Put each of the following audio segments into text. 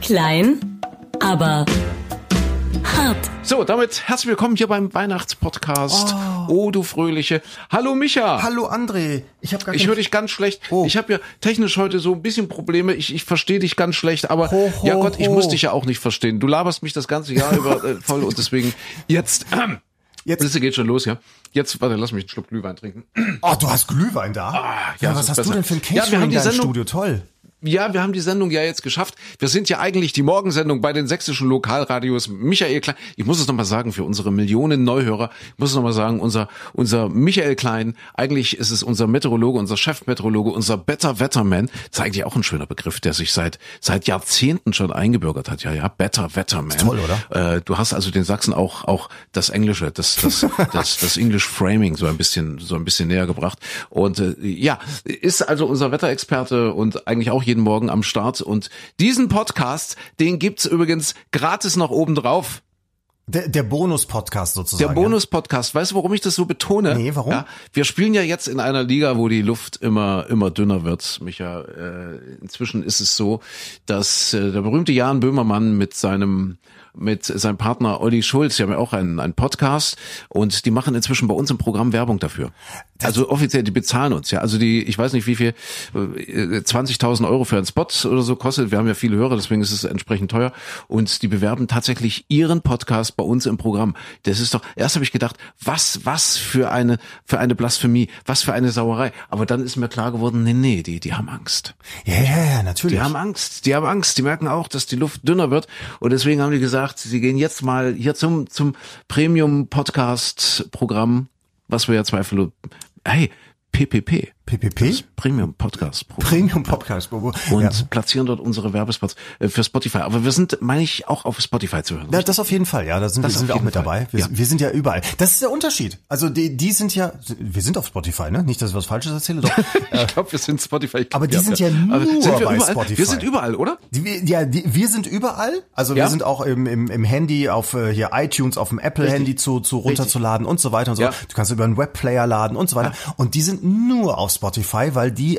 Klein, aber hart. So, damit herzlich willkommen hier beim Weihnachtspodcast. Oh, du Fröhliche. Hallo Micha. Hallo André. Ich höre dich ganz schlecht. Oh. Ich habe ja technisch heute so ein bisschen Probleme. Ich verstehe dich ganz schlecht, aber ja Gott, ich muss dich ja auch nicht verstehen. Du laberst mich das ganze Jahr über voll und deswegen jetzt Liste geht schon los, ja. Jetzt, warte, lass mich einen Schluck Glühwein trinken. Oh, du hast Glühwein da? Ja, was hast besser. du denn für ein Catering in deinem Studio? Toll. Ja, wir haben die Sendung ja jetzt geschafft. Wir sind ja eigentlich die Morgensendung bei den sächsischen Lokalradios. Michael Klein, ich muss es nochmal sagen, für unsere Millionen Neuhörer, ich muss es nochmal sagen, unser Michael Klein, eigentlich ist es unser Meteorologe, unser Chefmeteorologe, unser Better Wetterman. Das ist eigentlich auch ein schöner Begriff, der sich seit Jahrzehnten schon eingebürgert hat. Ja, Better Wetterman. Toll, oder? Du hast also den Sachsen auch das Englische, das English Framing so ein bisschen näher gebracht. Und ist also unser Wetterexperte und eigentlich auch jeden Morgen am Start. Und diesen Podcast, den gibt's übrigens gratis noch oben drauf. Der Bonus-Podcast sozusagen. Der Bonus-Podcast. Weißt du, warum ich das so betone? Nee, warum? Ja, wir spielen ja jetzt in einer Liga, wo die Luft immer dünner wird, Micha. Inzwischen ist es so, dass der berühmte Jan Böhmermann mit seinem Partner Olli Schulz, die haben ja auch einen Podcast und die machen inzwischen bei uns im Programm Werbung dafür. Also offiziell, die bezahlen uns, ja. Also ich weiß nicht wie viel, 20.000 Euro für einen Spot oder so kostet. Wir haben ja viele Hörer, deswegen ist es entsprechend teuer. Und die bewerben tatsächlich ihren Podcast bei uns im Programm. Das ist doch, erst habe ich gedacht, was für eine Blasphemie, was für eine Sauerei. Aber dann ist mir klar geworden, nee, die haben Angst. Ja, natürlich. Die haben Angst. Die merken auch, dass die Luft dünner wird. Und deswegen haben die gesagt, sie gehen jetzt mal hier zum Premium-Podcast-Programm, was wir ja zweifellos, PPP? Das Premium-Podcast-Programm. Premium-Podcast-Programm. Und platzieren dort unsere Werbespots für Spotify. Aber wir sind, meine ich, auch auf Spotify zu hören. Ja, das auf jeden Fall, ja. Da sind wir auch mit dabei. Wir sind ja überall. Das ist der Unterschied. Also die sind ja, wir sind auf Spotify, ne? Nicht, dass ich was Falsches erzähle. Doch. Ich glaube, wir sind Spotify. Aber die sind ja nur bei Spotify. Wir sind überall, oder? Wir sind überall. Also wir sind auch im Handy auf hier iTunes, auf dem Apple-Handy zu runterzuladen und so weiter und so. Ja. Du kannst über einen Webplayer laden und so weiter. Ja. Und die sind nur auf Spotify, weil die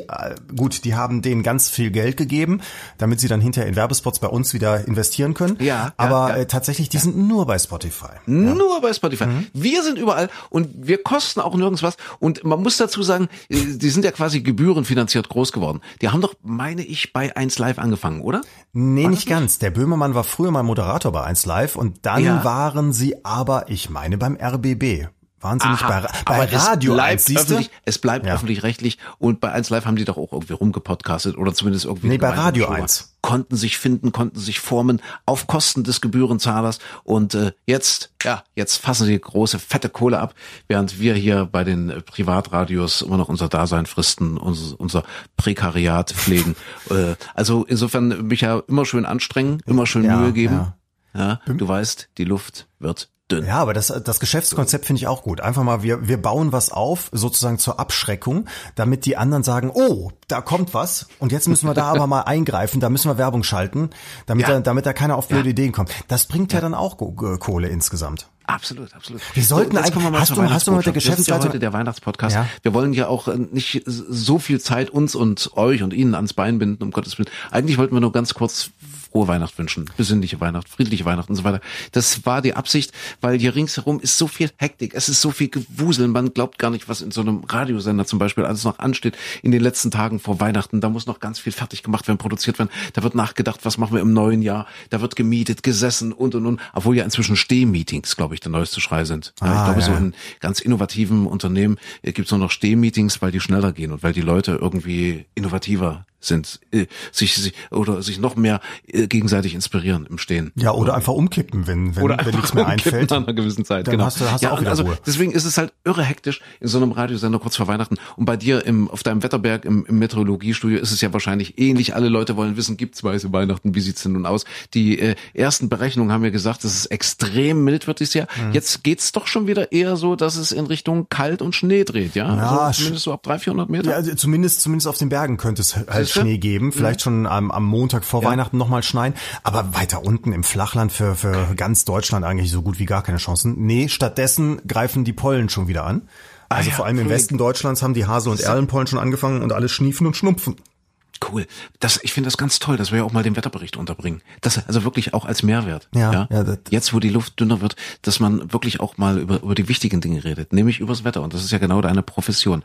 haben denen ganz viel Geld gegeben, damit sie dann hinterher in Werbespots bei uns wieder investieren können. Ja. Aber tatsächlich, die sind nur bei Spotify. Nur bei Spotify. Mhm. Wir sind überall und wir kosten auch nirgends was. Und man muss dazu sagen, die sind ja quasi gebührenfinanziert groß geworden. Die haben doch, meine ich, bei 1Live angefangen, oder? Nee, nicht ganz. Der Böhmermann war früher mal Moderator bei 1Live und dann waren sie aber, ich meine, beim RBB. Wahnsinnig bei Radio 1, siehst du? Es bleibt öffentlich-rechtlich und bei 1Live haben die doch auch irgendwie rumgepodcastet oder zumindest irgendwie. Nee, bei Radio 1. Konnten sich finden, konnten sich formen auf Kosten des Gebührenzahlers und jetzt fassen sie große, fette Kohle ab, während wir hier bei den Privatradios immer noch unser Dasein fristen, unser Prekariat pflegen. Also insofern mich ja immer schön anstrengen, immer schön Mühe geben. Ja, du weißt, die Luft wird dünn. Ja, aber das Geschäftskonzept finde ich auch gut. Einfach mal, wir bauen was auf, sozusagen zur Abschreckung, damit die anderen sagen, oh, da kommt was und jetzt müssen wir da aber mal eingreifen, da müssen wir Werbung schalten, damit da keiner auf blöde Ideen kommt. Das bringt ja dann auch Kohle insgesamt. Absolut. Wir sollten hast du mit der Geschäftsleitung? Das ist ja heute der Weihnachtspodcast. Ja. Wir wollen ja auch nicht so viel Zeit uns und euch und Ihnen ans Bein binden, um Gottes Willen. Eigentlich wollten wir nur ganz kurz frohe Weihnacht wünschen, besinnliche Weihnacht, friedliche Weihnacht und so weiter. Das war die Absicht, weil hier ringsherum ist so viel Hektik, es ist so viel Gewusel, man glaubt gar nicht, was in so einem Radiosender zum Beispiel alles noch ansteht in den letzten Tagen vor Weihnachten. Da muss noch ganz viel fertig gemacht werden, produziert werden. Da wird nachgedacht, was machen wir im neuen Jahr. Da wird gemietet, gesessen und. Obwohl ja inzwischen Stehmeetings, glaube ich, der neueste Schrei sind. Ich glaube, so in ganz innovativen Unternehmen gibt es nur noch Stehmeetings, weil die schneller gehen und weil die Leute irgendwie innovativer sind, sich noch mehr gegenseitig inspirieren im Stehen. Ja, oder einfach umkippen, wenn nichts mehr einfällt. Nach einer gewissen Zeit, dann genau. Hast du auch wieder Ruhe. Deswegen ist es halt irre hektisch in so einem Radiosender kurz vor Weihnachten. Und bei dir auf deinem Wetterberg im Meteorologiestudio ist es ja wahrscheinlich ähnlich. Alle Leute wollen wissen, gibt's weiße Weihnachten? Wie sieht's denn nun aus? Die ersten Berechnungen haben ja gesagt, dass es extrem mild wird dieses Jahr. Mhm. Jetzt geht's doch schon wieder eher so, dass es in Richtung kalt und Schnee dreht, ja? Also zumindest so ab 300-400 Meter? Ja, also zumindest auf den Bergen könnte es halt Schnee geben, vielleicht schon am Montag vor Weihnachten nochmal schneien, aber weiter unten im Flachland für ganz Deutschland eigentlich so gut wie gar keine Chancen. Nee, stattdessen greifen die Pollen schon wieder an. Also vor allem im Westen Deutschlands haben die Hasel- und Erlenpollen schon angefangen und alle schniefen und schnupfen. cool. Ich finde das ganz toll, dass wir ja auch mal den Wetterbericht unterbringen. Das also wirklich auch als Mehrwert. Ja. Jetzt, wo die Luft dünner wird, dass man wirklich auch mal über die wichtigen Dinge redet, nämlich übers Wetter. Und das ist ja genau deine Profession.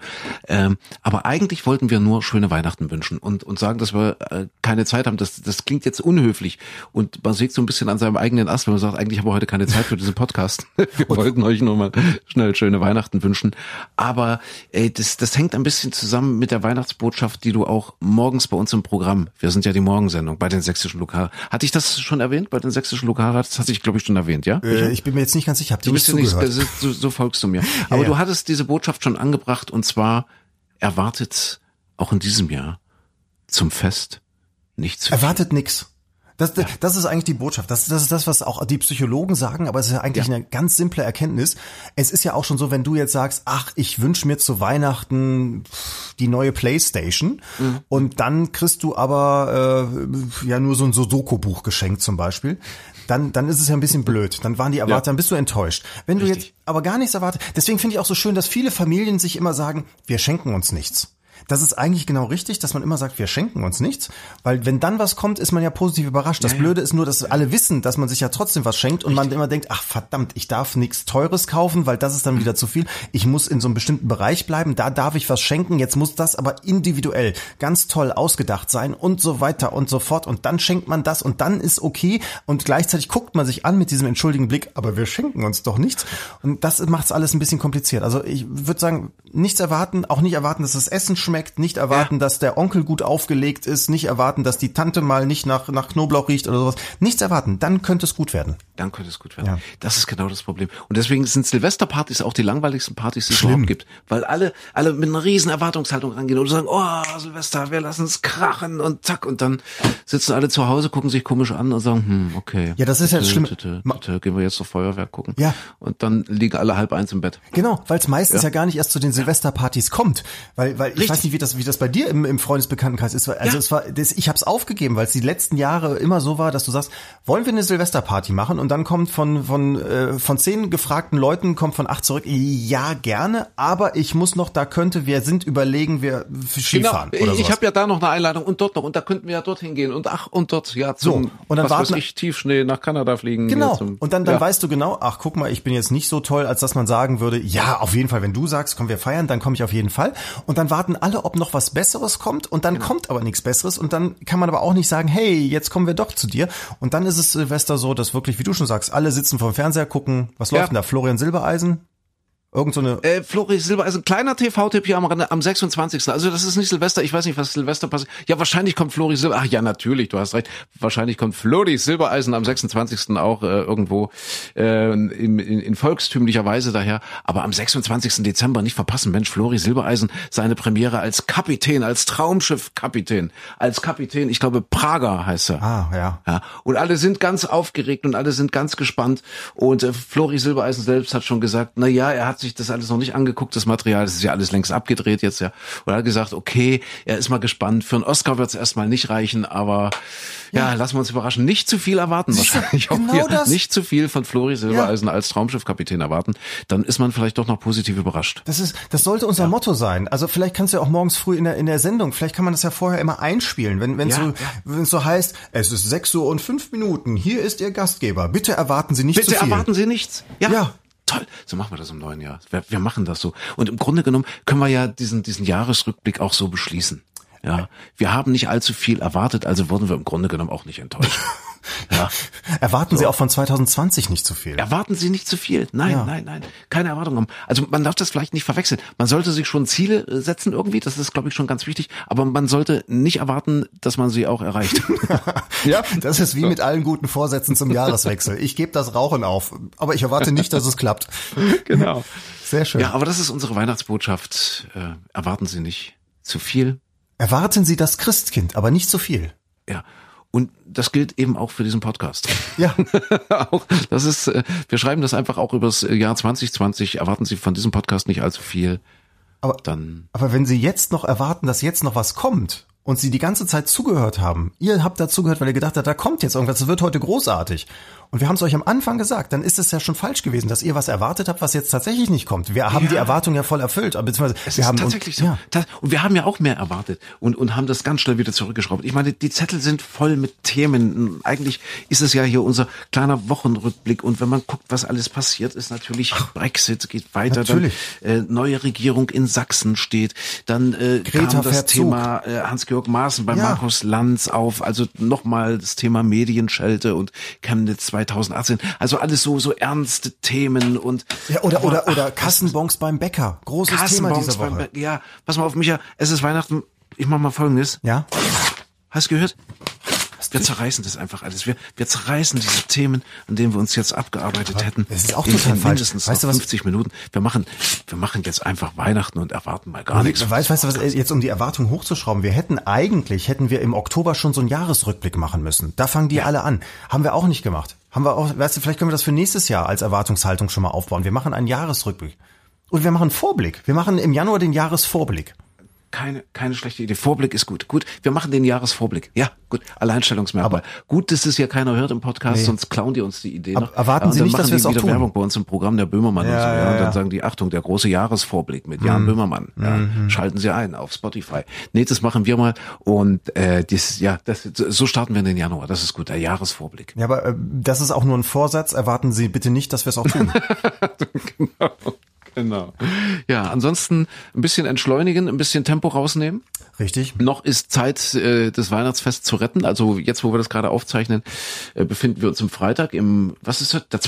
Aber eigentlich wollten wir nur schöne Weihnachten wünschen und sagen, dass wir keine Zeit haben. Das klingt jetzt unhöflich. Und man sägt so ein bisschen an seinem eigenen Ast, wenn man sagt, eigentlich haben wir heute keine Zeit für diesen Podcast. Wir wollten euch nur mal schnell schöne Weihnachten wünschen. Aber das hängt ein bisschen zusammen mit der Weihnachtsbotschaft, die du auch morgens bei uns im Programm, wir sind ja die Morgensendung bei den sächsischen Lokal. Hatte ich das schon erwähnt bei den sächsischen Lokalrats? Das hatte ich, glaube ich, schon erwähnt, ja? Ich bin mir jetzt nicht ganz sicher, hab dir nicht zugehört. So folgst du mir. Aber du hattest diese Botschaft schon angebracht und zwar erwartet auch in diesem Jahr zum Fest nicht zu viel. Erwartet nix. Das ist eigentlich die Botschaft. Das ist das, was auch die Psychologen sagen, aber es ist ja eigentlich eine ganz simple Erkenntnis. Es ist ja auch schon so, wenn du jetzt sagst, ach, ich wünsche mir zu Weihnachten die neue Playstation und dann kriegst du aber nur so ein Sudoku-Buch geschenkt zum Beispiel, dann ist es ja ein bisschen blöd. Dann waren die erwartet, dann bist du enttäuscht. Wenn du jetzt aber gar nichts erwartet, deswegen finde ich auch so schön, dass viele Familien sich immer sagen, wir schenken uns nichts. Das ist eigentlich genau richtig, dass man immer sagt, wir schenken uns nichts, weil wenn dann was kommt, ist man ja positiv überrascht. Das Blöde ist nur, dass alle wissen, dass man sich ja trotzdem was schenkt und man immer denkt, ach verdammt, ich darf nichts Teures kaufen, weil das ist dann wieder zu viel. Ich muss in so einem bestimmten Bereich bleiben, da darf ich was schenken, jetzt muss das aber individuell ganz toll ausgedacht sein und so weiter und so fort und dann schenkt man das und dann ist okay und gleichzeitig guckt man sich an mit diesem entschuldigen Blick, aber wir schenken uns doch nichts und das macht es alles ein bisschen kompliziert. Also ich würde sagen, nichts erwarten, auch nicht erwarten, dass das Essen schmeckt, nicht erwarten, dass der Onkel gut aufgelegt ist, nicht erwarten, dass die Tante mal nicht nach Knoblauch riecht oder sowas. Nichts erwarten, dann könnte es gut werden. Dann könnte es gut werden. Ja. Das ist genau das Problem. Und deswegen sind Silvesterpartys auch die langweiligsten Partys, die es überhaupt gibt. Weil alle mit einer riesen Erwartungshaltung rangehen und sagen, oh, Silvester, wir lassen es krachen und zack. Und dann sitzen alle zu Hause, gucken sich komisch an und sagen, okay. Ja, das ist ja das Schlimme. Gehen wir jetzt auf Feuerwerk gucken. Ja. Und dann liegen alle 1:30 im Bett. Genau, weil es meistens ja gar nicht erst zu den Silvesterpartys kommt. Weil ich weiß nicht, wie das bei dir im Freundesbekanntenkreis ist. Also ich habe es aufgegeben, weil es die letzten Jahre immer so war, dass du sagst, wollen wir eine Silvesterparty machen? Und dann kommt von 10 gefragten Leuten, kommt von 8 zurück, ja, gerne, aber ich muss noch, wir sind überlegen, wir Skifahren. Genau, ich habe ja da noch eine Einladung und dort noch und da könnten wir ja dorthin gehen und dort, ja, zum, und dann Tiefschnee nach Kanada fliegen. Genau, und dann weißt du genau, ach, guck mal, ich bin jetzt nicht so toll, als dass man sagen würde, ja, auf jeden Fall, wenn du sagst, komm, wir feiern, dann komme ich auf jeden Fall. Und dann warten alle, ob noch was Besseres kommt und dann kommt aber nichts Besseres und dann kann man aber auch nicht sagen, hey, jetzt kommen wir doch zu dir. Und dann ist es Silvester so, dass wirklich, wie du schon sagst, alle sitzen vorm Fernseher, gucken, was läuft denn da? Florian Silbereisen? Irgend so eine Florian Silbereisen, kleiner TV-Tipp hier am 26. Also das ist nicht Silvester, ich weiß nicht, was Silvester passiert. Ja, wahrscheinlich kommt Flori Silbereisen, ach ja, natürlich, du hast recht. Wahrscheinlich kommt Flori Silbereisen am 26. auch irgendwo in volkstümlicher Weise daher. Aber am 26. Dezember nicht verpassen, Mensch, Flori Silbereisen, seine Premiere als Kapitän, als Traumschiff-Kapitän, als Kapitän, ich glaube Prager heißt er. Ah, ja. Und alle sind ganz aufgeregt und alle sind ganz gespannt. Und Flori Silbereisen selbst hat schon gesagt, na ja, er hat sich das alles noch nicht angeguckt, das Material, das ist ja alles längst abgedreht jetzt, ja. Und er hat gesagt, okay, er ist mal gespannt. Für einen Oscar wird es erstmal nicht reichen, aber ja, lassen wir uns überraschen. Nicht zu viel erwarten wahrscheinlich. Auch genau wir nicht zu viel von Flori Silbereisen als Traumschiffkapitän erwarten. Dann ist man vielleicht doch noch positiv überrascht. Das sollte unser Motto sein. Also vielleicht kannst du ja auch morgens früh in der Sendung, vielleicht kann man das ja vorher immer einspielen, wenn es so heißt, es ist 6:05 Uhr, hier ist Ihr Gastgeber. Bitte erwarten Sie nicht zu viel. Bitte erwarten Sie nichts. Ja. Toll, so machen wir das im neuen Jahr. Wir machen das so. Und im Grunde genommen können wir ja diesen Jahresrückblick auch so beschließen. Ja, wir haben nicht allzu viel erwartet, also wurden wir im Grunde genommen auch nicht enttäuscht. Ja. Erwarten Sie auch von 2020 nicht zu viel. Erwarten Sie nicht zu viel. Nein. Keine Erwartung haben. Also man darf das vielleicht nicht verwechseln. Man sollte sich schon Ziele setzen irgendwie, das ist, glaube ich, schon ganz wichtig, aber man sollte nicht erwarten, dass man sie auch erreicht. Ja, das ist wie mit allen guten Vorsätzen zum Jahreswechsel. Ich gebe das Rauchen auf, aber ich erwarte nicht, dass es klappt. Genau. Sehr schön. Ja, aber das ist unsere Weihnachtsbotschaft. Erwarten Sie nicht zu viel. Erwarten Sie das Christkind, aber nicht zu viel. Ja. Und das gilt eben auch für diesen Podcast. Ja. Das ist, wir schreiben das einfach auch übers Jahr 2020. Erwarten Sie von diesem Podcast nicht allzu viel. Aber wenn Sie jetzt noch erwarten, dass jetzt noch was kommt und sie die ganze Zeit zugehört haben, ihr habt da zugehört, weil ihr gedacht habt, da kommt jetzt irgendwas, das wird heute großartig. Und wir haben es euch am Anfang gesagt, dann ist es ja schon falsch gewesen, dass ihr was erwartet habt, was jetzt tatsächlich nicht kommt. Wir haben die Erwartung ja voll erfüllt, beziehungsweise wir haben tatsächlich so. Ja. Und wir haben ja auch mehr erwartet und haben das ganz schnell wieder zurückgeschraubt. Ich meine, die Zettel sind voll mit Themen. Eigentlich ist es ja hier unser kleiner Wochenrückblick und wenn man guckt, was alles passiert ist, natürlich Brexit geht weiter, natürlich. Dann neue Regierung in Sachsen steht, dann kam das Thema Hans-Georg Maaßen bei Markus Lanz auf, also nochmal das Thema Medienschelte und Chemnitz 2018, also alles so ernste Themen und oder Kassenbons beim Bäcker, großes Thema diese Woche. Ja, pass mal auf, Micha, es ist Weihnachten, ich mach mal Folgendes. Ja? Hast du gehört? Wir zerreißen das einfach alles. Wir zerreißen diese Themen, an denen wir uns jetzt abgearbeitet hätten. Das ist auch total falsch. Mindestens weißt du, 50 Minuten. Wir machen jetzt einfach Weihnachten und erwarten mal gar nichts. Weißt du was, jetzt um die Erwartung hochzuschrauben, hätten wir im Oktober schon so einen Jahresrückblick machen müssen. Da fangen die alle an. Haben wir auch nicht gemacht. Weißt du, vielleicht können wir das für nächstes Jahr als Erwartungshaltung schon mal aufbauen. Wir machen einen Jahresrückblick. Und wir machen einen Vorblick. Wir machen im Januar den Jahresvorblick. Keine schlechte Idee. Vorblick ist gut. Gut, wir machen den Jahresvorblick. Ja, gut. Alleinstellungsmerkmal. Aber gut, dass es ja keiner hört im Podcast, sonst klauen die uns die Idee noch. Erwarten Sie nicht, dass wir es auch tun. Werbung bei uns im Programm der Böhmermann und so. Ja. Und dann sagen die, Achtung, der große Jahresvorblick mit Jan Böhmermann. Ja, schalten Sie ein auf Spotify. Nee, das machen wir mal. Und so starten wir in den Januar. Das ist gut, der Jahresvorblick. Ja, aber das ist auch nur ein Vorsatz. Erwarten Sie bitte nicht, dass wir es auch tun. Genau. Ja, ansonsten ein bisschen entschleunigen, ein bisschen Tempo rausnehmen. Richtig. Noch ist Zeit, das Weihnachtsfest zu retten. Also jetzt, wo wir das gerade aufzeichnen, befinden wir uns am Freitag was ist das? Der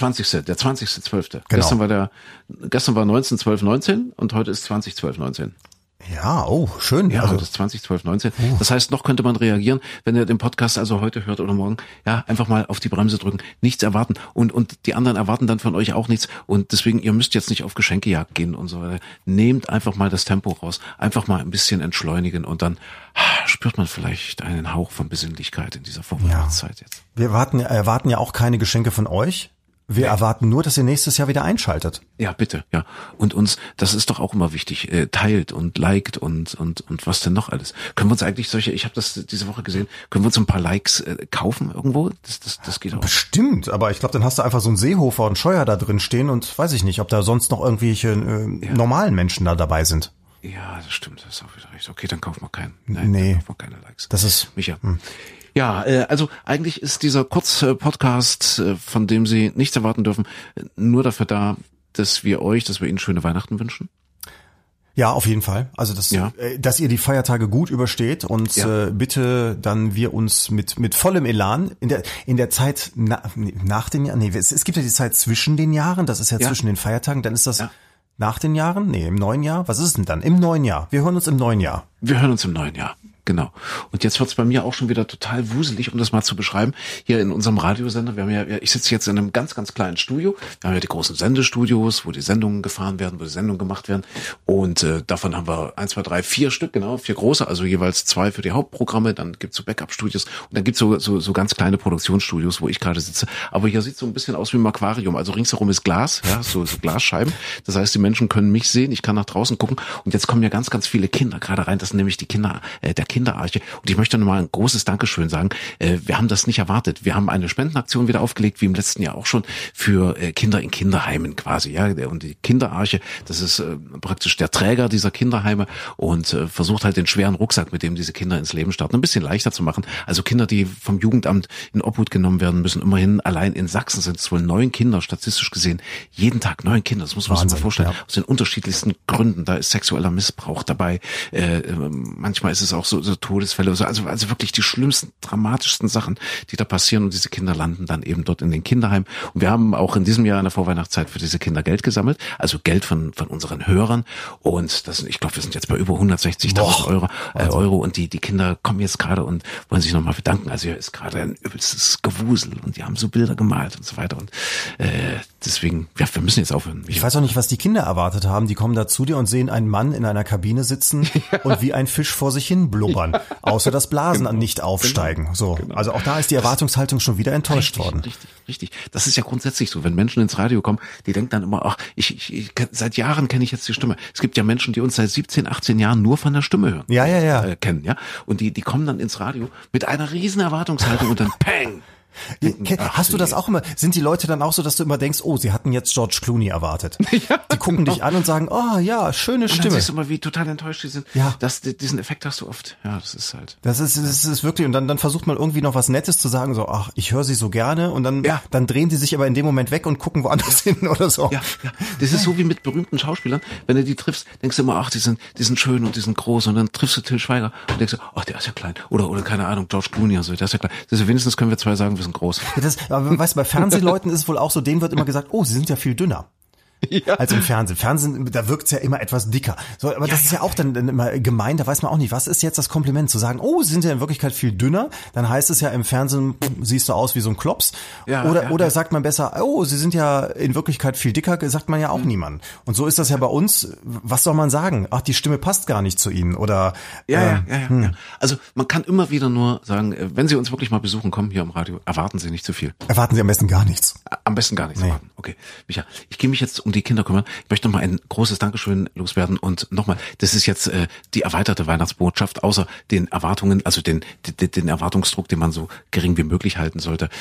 20.12. Genau. Gestern war 19/12/19 und heute ist 20/12/19. Ja, schön. Ja, also das 20/12/19. Das heißt, noch könnte man reagieren, wenn ihr den Podcast also heute hört oder morgen. Ja, einfach mal auf die Bremse drücken, nichts erwarten. Und die anderen erwarten dann von euch auch nichts. Und deswegen, ihr müsst jetzt nicht auf Geschenkejagd gehen und so weiter. Nehmt einfach mal das Tempo raus. Einfach mal ein bisschen entschleunigen und dann spürt man vielleicht einen Hauch von Besinnlichkeit in dieser Vorweihnachtszeit jetzt. Wir erwarten ja auch keine Geschenke von euch. Wir erwarten nur, dass ihr nächstes Jahr wieder einschaltet. Ja, bitte, ja. Und uns, das ist doch auch immer wichtig, teilt und liked und was denn noch alles. Können wir uns eigentlich ich habe das diese Woche gesehen, können wir uns ein paar Likes kaufen irgendwo? Das geht auch. Bestimmt, aber ich glaube, dann hast du einfach so einen Seehofer und Scheuer da drin stehen und weiß ich nicht, ob da sonst noch irgendwelche normalen Menschen da dabei sind. Ja, das stimmt, das ist auch wieder recht. Okay, dann kaufen wir keinen. Nee. Dann kaufen wir keine Likes. Das ist Micha. Ja, also eigentlich ist dieser Kurz-Podcast, von dem Sie nichts erwarten dürfen, nur dafür da, dass wir Ihnen schöne Weihnachten wünschen. Ja, auf jeden Fall. Also dass ihr die Feiertage gut übersteht und bitte dann wir uns mit vollem Elan in der Zeit nach den Jahren. Nee, es gibt ja die Zeit zwischen den Jahren. Das ist ja zwischen den Feiertagen. Dann ist das nach den Jahren. Nee, im neuen Jahr. Was ist es denn dann? Im neuen Jahr. Wir hören uns im neuen Jahr. Genau. Und jetzt wird's bei mir auch schon wieder total wuselig, um das mal zu beschreiben. Hier in unserem Radiosender, ich sitze jetzt in einem ganz, ganz kleinen Studio. Wir haben ja die großen Sendestudios, wo die Sendungen gefahren werden, wo die Sendungen gemacht werden. Und davon haben wir 1, 2, 3, 4 Stück, genau, 4 große, also jeweils 2 für die Hauptprogramme. Dann gibt's so Backup-Studios und dann gibt's so ganz kleine Produktionsstudios, wo ich gerade sitze. Aber hier sieht's so ein bisschen aus wie im Aquarium. Also ringsherum ist Glas, so Glasscheiben. Das heißt, die Menschen können mich sehen, ich kann nach draußen gucken. Und jetzt kommen ja ganz, ganz viele Kinder gerade rein. Das sind nämlich die Kinder, der Kinderarche. Und ich möchte nochmal ein großes Dankeschön sagen. Wir haben das nicht erwartet. Wir haben eine Spendenaktion wieder aufgelegt, wie im letzten Jahr auch schon, für Kinder in Kinderheimen quasi. Ja, und die Kinderarche, das ist praktisch der Träger dieser Kinderheime und versucht halt den schweren Rucksack, mit dem diese Kinder ins Leben starten, ein bisschen leichter zu machen. Also Kinder, die vom Jugendamt in Obhut genommen werden müssen, immerhin allein in Sachsen sind es wohl 9 Kinder, statistisch gesehen. Jeden Tag 9 Kinder, das muss man sich mal vorstellen. Ja. Aus den unterschiedlichsten Gründen. Da ist sexueller Missbrauch dabei. Manchmal ist es auch so Todesfälle, also wirklich die schlimmsten, dramatischsten Sachen, die da passieren und diese Kinder landen dann eben dort in den Kinderheimen. Und wir haben auch in diesem Jahr in der Vorweihnachtszeit für diese Kinder Geld gesammelt, also Geld von unseren Hörern und ich glaube, wir sind jetzt bei über 160.000 Euro und die Kinder kommen jetzt gerade und wollen sich nochmal bedanken. Also hier ist gerade ein übelstes Gewusel und die haben so Bilder gemalt und so weiter und deswegen, wir müssen jetzt aufhören. Ich weiß auch nicht, was die Kinder erwartet haben. Die kommen da zu dir und sehen einen Mann in einer Kabine sitzen und wie ein Fisch vor sich hin blubbert. schnuppern. Außer das Blasen an nicht aufsteigen. So. Genau. Also auch da ist die Erwartungshaltung schon wieder enttäuscht worden. Richtig. Das ist ja grundsätzlich so. Wenn Menschen ins Radio kommen, die denken dann immer, ach, seit Jahren kenne ich jetzt die Stimme. Es gibt ja Menschen, die uns seit 17, 18 Jahren nur von der Stimme hören. Ja. Kennen, ja. Und die kommen dann ins Radio mit einer riesen Erwartungshaltung und dann peng! Hast du das auch immer? Sind die Leute dann auch so, dass du immer denkst, oh, sie hatten jetzt George Clooney erwartet? Ja, die gucken dich an und sagen, oh ja, schöne Stimme. Und dann siehst du mal, wie total enttäuscht die sind. Ja. Diesen Effekt hast du oft. Ja, das ist halt. Das ist wirklich, und dann versucht man irgendwie noch was Nettes zu sagen, so, ach, ich höre sie so gerne, und dann drehen die sich aber in dem Moment weg und gucken woanders hin oder so. Ja. Das ist so wie mit berühmten Schauspielern. Wenn du die triffst, denkst du immer, ach, die sind schön und die sind groß, und dann triffst du Till Schweiger und denkst du, ach, der ist ja klein. Oder keine Ahnung, George Clooney und so, der ist ja klein. Also wenigstens können wir zwei sagen, wir sind groß. Ja, aber weißt du, bei Fernsehleuten ist es wohl auch so, denen wird immer gesagt, oh, sie sind ja viel dünner. Ja. Als im Fernsehen. Fernsehen, da wirkt's ja immer etwas dicker. So, aber das ist ja auch dann immer gemein, da weiß man auch nicht, was ist jetzt das Kompliment? Zu sagen, oh, sie sind ja in Wirklichkeit viel dünner, dann heißt es ja im Fernsehen, siehst du aus wie so ein Klops. Oder sagt man besser, oh, sie sind ja in Wirklichkeit viel dicker, sagt man ja auch niemand. Und so ist das ja bei uns. Was soll man sagen? Ach, die Stimme passt gar nicht zu ihnen. Oder Ja. Also man kann immer wieder nur sagen, wenn Sie uns wirklich mal besuchen kommen hier im Radio, erwarten Sie nicht zu viel. Erwarten Sie am besten gar nichts. Am besten gar nichts erwarten. Okay, Micha, ich gehe mich jetzt um die Kinder kümmern. Ich möchte nochmal ein großes Dankeschön loswerden und nochmal, das ist jetzt die erweiterte Weihnachtsbotschaft, außer den Erwartungen, also den Erwartungsdruck, den man so gering wie möglich halten sollte,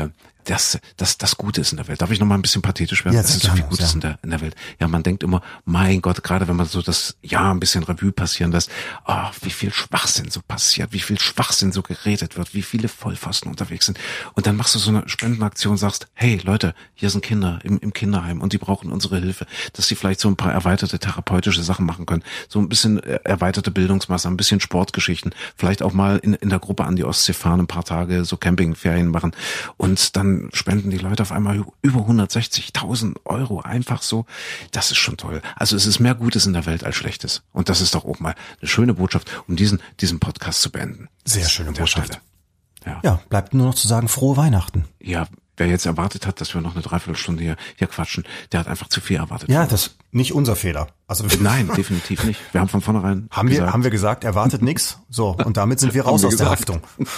dass das Gute ist in der Welt. Darf ich nochmal ein bisschen pathetisch werden? Ja, das ist so viel Gutes in der Welt. Ja, man denkt immer, mein Gott, gerade wenn man so das Jahr ein bisschen Revue passieren lässt, wie viel Schwachsinn so passiert, wie viel Schwachsinn so geredet wird, wie viele Vollpfosten unterwegs sind. Und dann machst du so eine Spendenaktion, sagst, hey Leute, hier sind Kinder im Kinderheim und die brauchen unsere Hilfe, dass sie vielleicht so ein paar erweiterte therapeutische Sachen machen können, so ein bisschen erweiterte Bildungsmasse, ein bisschen Sportgeschichten, vielleicht auch mal in der Gruppe an die Ostsee fahren, ein paar Tage so Campingferien machen, und dann spenden die Leute auf einmal über 160.000 Euro einfach so. Das ist schon toll. Also es ist mehr Gutes in der Welt als Schlechtes. Und das ist doch auch mal eine schöne Botschaft, um diesen Podcast zu beenden. Sehr schöne Botschaft. Ja, bleibt nur noch zu sagen, frohe Weihnachten. Ja, wer jetzt erwartet hat, dass wir noch eine Dreiviertelstunde hier quatschen, der hat einfach zu viel erwartet. Ja, das ist nicht unser Fehler. Also nein, definitiv nicht. Wir haben von vornherein haben wir gesagt, erwartet nichts. So, und damit sind wir raus aus der Haftung.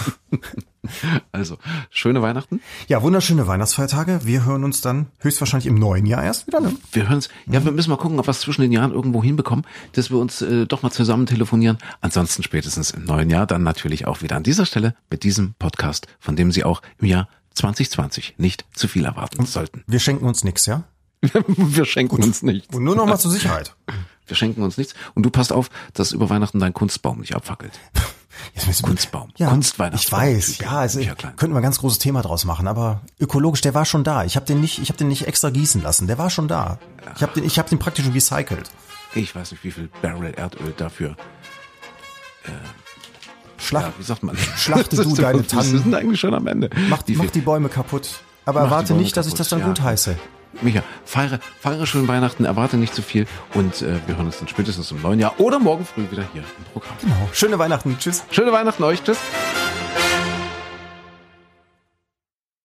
Also, schöne Weihnachten. Ja, wunderschöne Weihnachtsfeiertage. Wir hören uns dann höchstwahrscheinlich im neuen Jahr erst wieder, ne? Wir hören uns. Ja, wir müssen mal gucken, ob wir es zwischen den Jahren irgendwo hinbekommen, dass wir uns doch mal zusammen telefonieren. Ansonsten spätestens im neuen Jahr dann natürlich auch wieder an dieser Stelle mit diesem Podcast, von dem Sie auch im Jahr 2020 nicht zu viel erwarten sollten. Wir schenken uns nichts, ja? Wir schenken uns nichts. Und nur noch mal zur Sicherheit. Wir schenken uns nichts. Und du passt auf, dass über Weihnachten dein Kunstbaum nicht abfackelt. Kunstbaum. Ja, Kunstweihnachtsbaum. Ich weiß, ja, also könnten wir ein ganz großes Thema draus machen, aber ökologisch, der war schon da. Ich habe den nicht extra gießen lassen, der war schon da. Ich hab den praktisch schon recycelt. Ich weiß nicht, wie viel Barrel Erdöl dafür wie sagt man? Schlachte du deine Tannen. Wir sind eigentlich schon am Ende. Mach die Bäume kaputt. Aber erwarte nicht, dass ich das dann gut heiße. Micha, feiere schön Weihnachten, erwarte nicht zu viel, und wir hören uns dann spätestens im neuen Jahr oder morgen früh wieder hier im Programm. Genau. Schöne Weihnachten. Tschüss. Schöne Weihnachten euch. Tschüss.